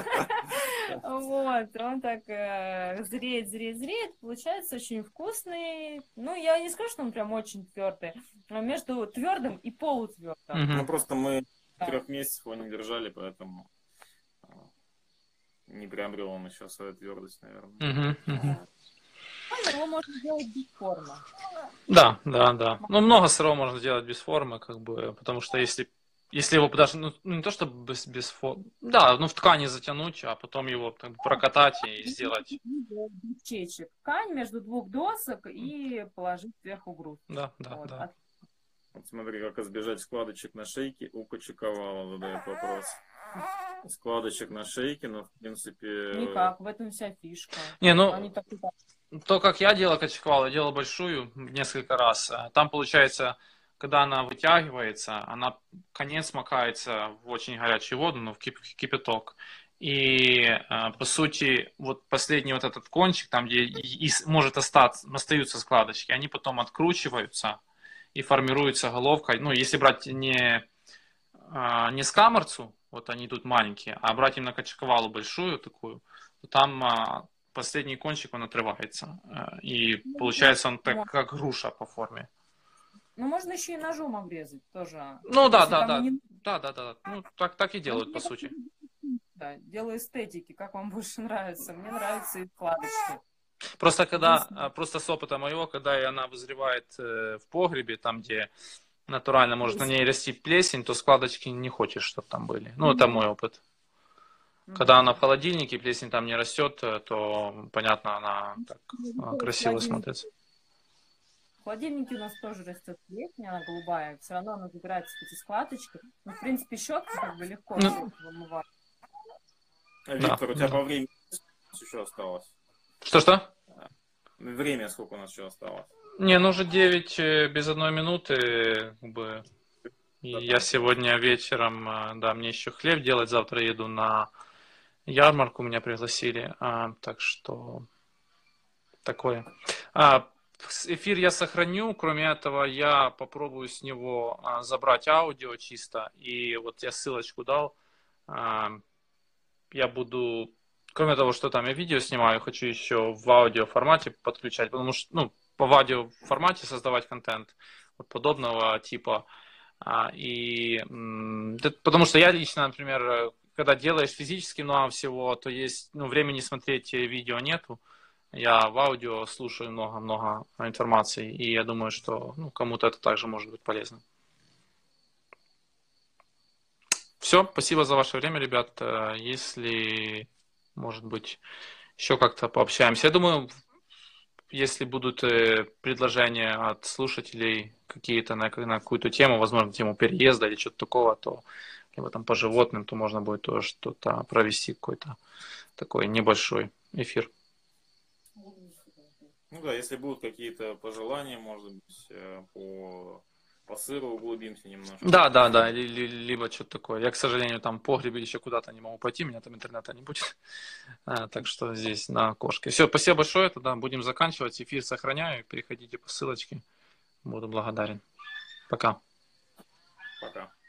Вот, он так зреет, получается очень вкусный. Ну, я не скажу, что он прям очень твердый, но между твердым и полутвердым.
Ну, просто мы 3 месяцев его не держали, поэтому не приобрел он еще свою твердость, наверное.
Его можно делать без формы.
Да. Ну, много сырого можно делать без формы, как бы, потому что если его даже, ну не то, что без формы, да, ну в ткани затянуть, а потом его как бы прокатать и сделать.
Чечек. Ткань между 2 досок и положить сверху груз.
Да.
Вот смотри, как избежать складочек на шейке у качековала, задает вопрос. Складочек на шейке, но в принципе...
Никак, в этом вся фишка.
Не, ну, то, как я делал качековал, я делал большую несколько раз. Там получается, когда она вытягивается, она конец макается в очень горячую воду, ну, в кипяток. И, по сути, вот последний вот этот кончик, там, где остаются складочки, они потом откручиваются и формируется головка. Ну, если брать не скаморцу, вот они тут маленькие, а брать именно качековалу большую такую, то там последний кончик, он отрывается. И получается он так, как груша по форме.
Ну, можно еще и ножом обрезать тоже.
Ну, да. Ну, так и делают, по сути.
Да, дело эстетики, как вам больше нравится. Мне нравятся и складочки.
Просто с опыта моего, когда она вызревает в погребе, там, где натурально может на ней расти плесень, то складочки не хочешь, чтобы там были. Ну, это мой опыт. Когда она в холодильнике, плесень там не растет, то, понятно, она так красиво смотрится.
В холодильнике у нас тоже растет плесень, она голубая, все равно она забирается в эти складочки. Ну, в принципе, щетку как бы легко вымывать.
Виктор, у тебя по времени еще осталось?
Что?
Время сколько у нас еще осталось?
Не, ну уже 9 без 1 минуты, как бы. И я сегодня вечером, да, мне еще хлеб делать, завтра еду на ярмарку, меня пригласили, так что такое. Эфир я сохраню, кроме этого я попробую с него забрать аудио чисто, и вот я ссылочку дал, я буду, кроме того, что там я видео снимаю, хочу еще в аудио формате подключать, потому что, ну, в аудио формате создавать контент вот подобного типа. Потому что я лично, например, когда делаешь физически много всего, то есть, времени смотреть видео нету. Я в аудио слушаю много-много информации, и я думаю, что кому-то это также может быть полезно. Все, спасибо за ваше время, ребят. Если, может быть, еще как-то пообщаемся. Я думаю, если будут предложения от слушателей какие-то на какую-то тему, возможно, тему переезда или что-то такого, то либо там по животным, то можно будет тоже что-то провести, какой-то такой небольшой эфир.
Ну да, если будут какие-то пожелания, может быть, по сыру углубимся немножко.
Да, либо что-то такое. Я, к сожалению, там в погребе еще куда-то не могу пойти, у меня там интернета не будет. Так что здесь на окошке. Все, спасибо большое, тогда будем заканчивать. Эфир сохраняю, переходите по ссылочке. Буду благодарен. Пока.
Пока.